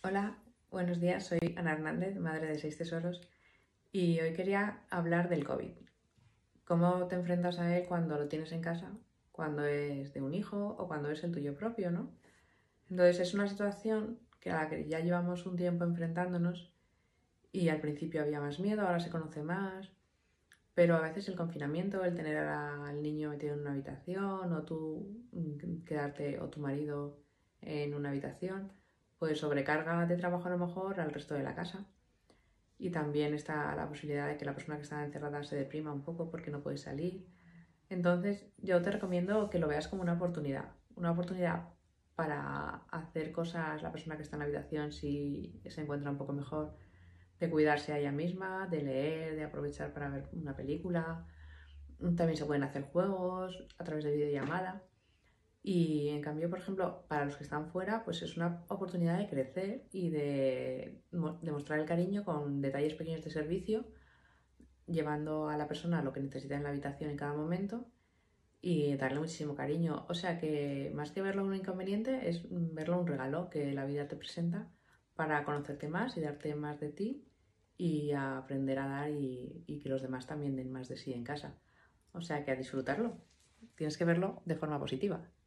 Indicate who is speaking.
Speaker 1: Hola, buenos días. Soy Ana Hernández, madre de seis tesoros, y hoy quería hablar del COVID. ¿Cómo te enfrentas a él cuando lo tienes en casa, cuando es de un hijo o cuando es el tuyo propio, ¿no? Entonces es una situación a la que ya llevamos un tiempo enfrentándonos y al principio había más miedo, ahora se conoce más, pero a veces el confinamiento, el tener al niño metido en una habitación o tú quedarte o tu marido en una habitación, pues sobrecarga de trabajo a lo mejor al resto de la casa. Y también está la posibilidad de que la persona que está encerrada se deprima un poco porque no puede salir. Entonces, yo te recomiendo que lo veas como una oportunidad para hacer cosas la persona que está en la habitación si se encuentra un poco mejor, de cuidarse a ella misma, de leer, de aprovechar para ver una película. También se pueden hacer juegos a través de videollamada. Y en cambio, por ejemplo, para los que están fuera, pues es una oportunidad de crecer y de demostrar el cariño con detalles pequeños de servicio, llevando a la persona lo que necesita en la habitación en cada momento y darle muchísimo cariño. O sea que más que verlo un inconveniente, es verlo un regalo que la vida te presenta para conocerte más y darte más de ti y a aprender a dar y que los demás también den más de sí en casa. O sea que a disfrutarlo. Tienes que verlo de forma positiva.